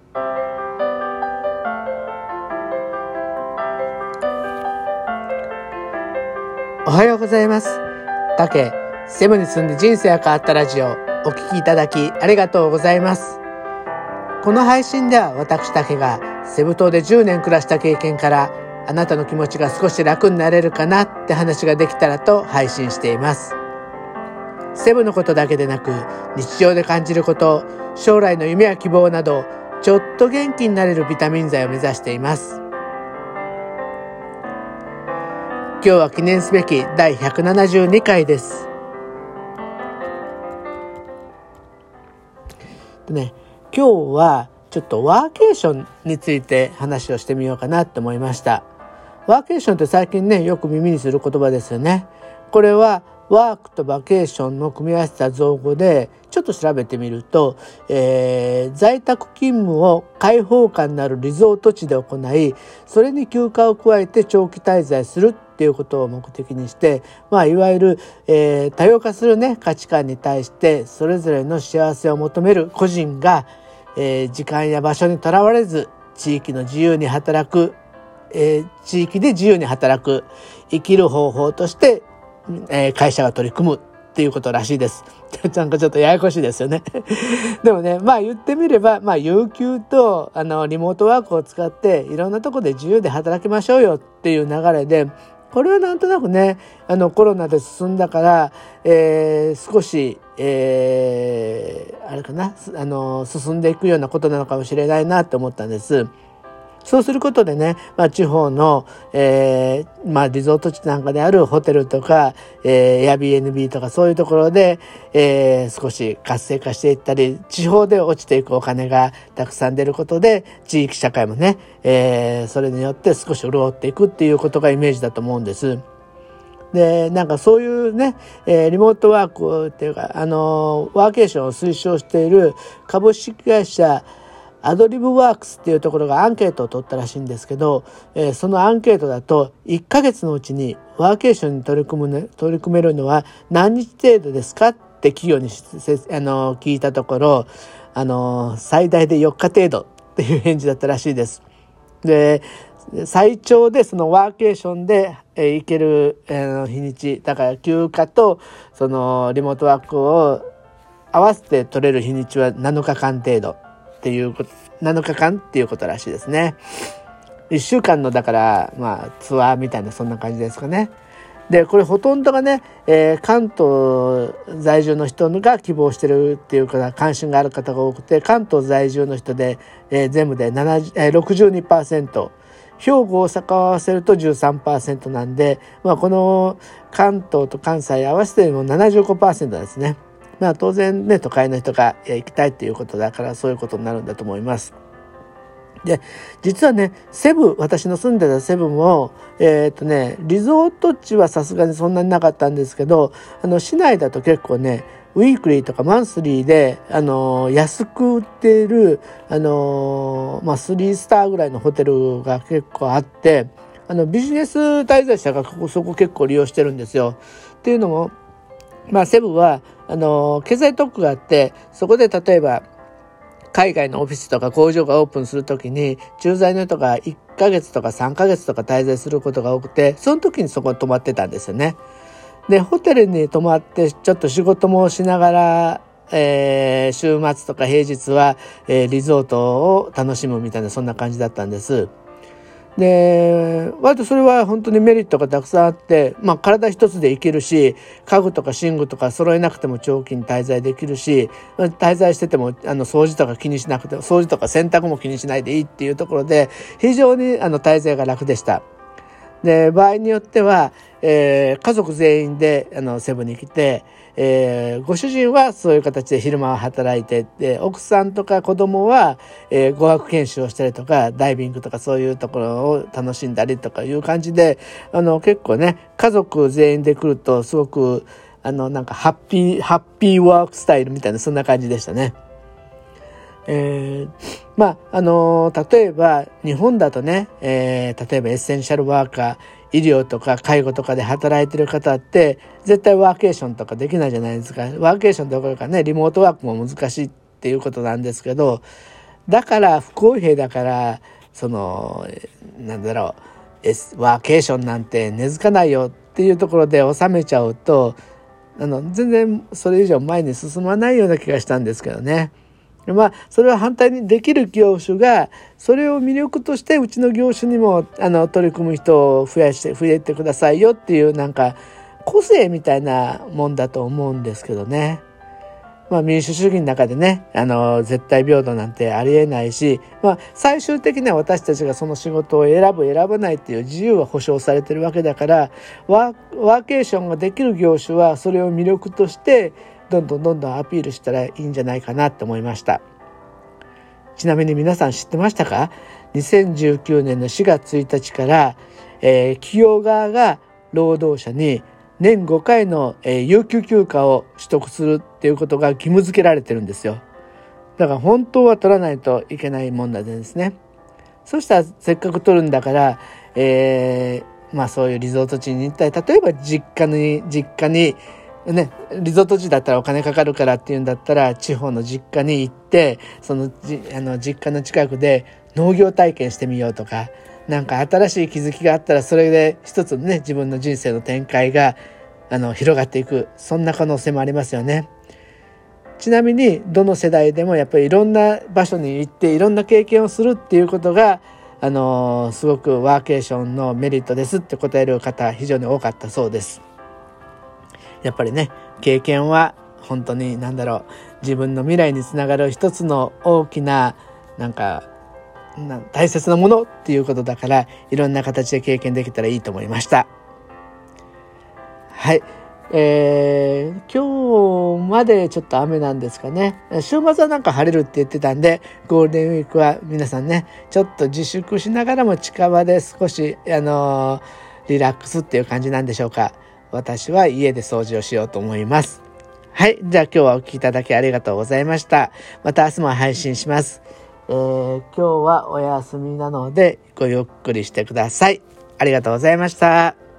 おはようございます。竹セブに住んで人生が変わったラジオ、お聞きいただきありがとうございます。この配信では私竹がセブ島で10年暮らした経験から、あなたの気持ちが少し楽になれるかなって話ができたらと配信しています。セブのことだけでなく、日常で感じること、将来の夢や希望など、ちょっと元気になれるビタミン剤を目指しています。今日は記念すべき第172回です。今日はちょっとワーケーションについて話をしてみようかなと思いました。ワーケーションって最近よく耳にする言葉ですよね。これはワークとバケーションの組み合わせた造語で、ちょっと調べてみると、在宅勤務を開放感のあるリゾート地で行い、それに休暇を加えて長期滞在するっていうことを目的にして、いわゆる、多様化する価値観に対してそれぞれの幸せを求める個人が、時間や場所にとらわれず地域で自由に働く、生きる方法として、会社が取り組むっていうことらしいです。なんかちょっとややこしいですよね。でも言ってみれば、有給とリモートワークを使っていろんなところで自由で働きましょうよっていう流れで、これはなんとなくコロナで進んだから、少し、進んでいくようなことなのかもしれないなと思ったんです。そうすることで地方の、リゾート地なんかであるホテルとか、Airbnb とかそういうところで、少し活性化していったり、地方で落ちていくお金がたくさん出ることで、地域社会もそれによって少し潤っていくっていうことがイメージだと思うんです。で、そういうリモートワークっていうか、ワーケーションを推奨している株式会社アドリブワークスっていうところがアンケートを取ったらしいんですけど、そのアンケートだと1ヶ月のうちにワーケーションに取り組めるのは何日程度ですかって企業に聞いたところ、最大で4日程度っていう返事だったらしいです。で、最長でそのワーケーションで行ける日にち、だから休暇とそのリモートワークを合わせて取れる日にちは7日間程度っていうこと、7日間っていうことらしいですね。1週間のだからツアーみたいなそんな感じですかね。で、これほとんどが関東在住の人が希望してるっていうか関心がある方が多くて、関東在住の人で、全部で62%、兵庫大阪を合わせると 13% なんで、この関東と関西合わせても 75% ですね。当然都会の人が行きたいっていうことだからそういうことになるんだと思います。で、実はセブ、私の住んでたセブもリゾート地はさすがにそんなになかったんですけど、市内だと結構ウィークリーとかマンスリーで安く売っている3スターぐらいのホテルが結構あって、ビジネス滞在者がそこ結構利用してるんですよ。っていうのもセブは経済特区があって、そこで例えば海外のオフィスとか工場がオープンするときに駐在の人が1ヶ月とか3ヶ月とか滞在することが多くて、その時にそこに泊まってたんですよね。で、ホテルに泊まってちょっと仕事もしながら、週末とか平日は、リゾートを楽しむみたいなそんな感じだったんです。で、割とそれは本当にメリットがたくさんあって、体一つで行けるし、家具とか寝具とか揃えなくても長期に滞在できるし、滞在してても掃除とか気にしなくても、掃除とか洗濯も気にしないでいいっていうところで、非常に滞在が楽でした。で、場合によっては、家族全員でセブに来て、ご主人はそういう形で昼間は働いて、で奥さんとか子供は、語学研修をしたりとかダイビングとかそういうところを楽しんだりとかいう感じで、結構家族全員で来るとすごくハッピーワークスタイルみたいなそんな感じでしたね。例えば日本だと例えばエッセンシャルワーカー、医療とか介護とかで働いてる方って絶対ワーケーションとかできないじゃないですか。ワーケーションどころかリモートワークも難しいっていうことなんですけど、 だから不公平だからなんだろうワーケーションなんて根付かないよっていうところで収めちゃうと全然それ以上前に進まないような気がしたんですけどね。それは反対にできる業種がそれを魅力としてうちの業種にも取り組む人を増えてくださいよっていう個性みたいなもんだと思うんですけどね。民主主義の中でね絶対平等なんてありえないし、最終的には私たちがその仕事を選ばないっていう自由は保障されてるわけだからワーケーションができる業種はそれを魅力としてどんどんアピールしたらいいんじゃないかなと思いました。ちなみに皆さん知ってましたか？2019年の4月1日から、企業側が労働者に年5回の、有給休暇を取得するっていうことが義務付けられてるんですよ。だから本当は取らないといけない問題ですね。そしたらせっかく取るんだから、そういうリゾート地に行ったり、例えば実家にね、リゾート地だったらお金かかるからっていうんだったら地方の実家に行って実家の近くで農業体験してみようとか、新しい気づきがあったらそれで一つのね自分の人生の展開が広がっていく、そんな可能性もありますよね。ちなみにどの世代でもやっぱりいろんな場所に行っていろんな経験をするっていうことがすごくワーケーションのメリットですって答える方非常に多かったそうです。やっぱりね経験は本当に自分の未来につながる一つの大きな大切なものっていうことだからいろんな形で経験できたらいいと思いました。はい、今日までちょっと雨なんですかね。週末は晴れるって言ってたんでゴールデンウィークは皆さんねちょっと自粛しながらも近場で少しリラックスっていう感じなんでしょうか。私は家で掃除をしようと思います。はい、じゃあ今日はお聞きいただきありがとうございました。また明日も配信します。今日はお休みなのでごゆっくりしてください。ありがとうございました。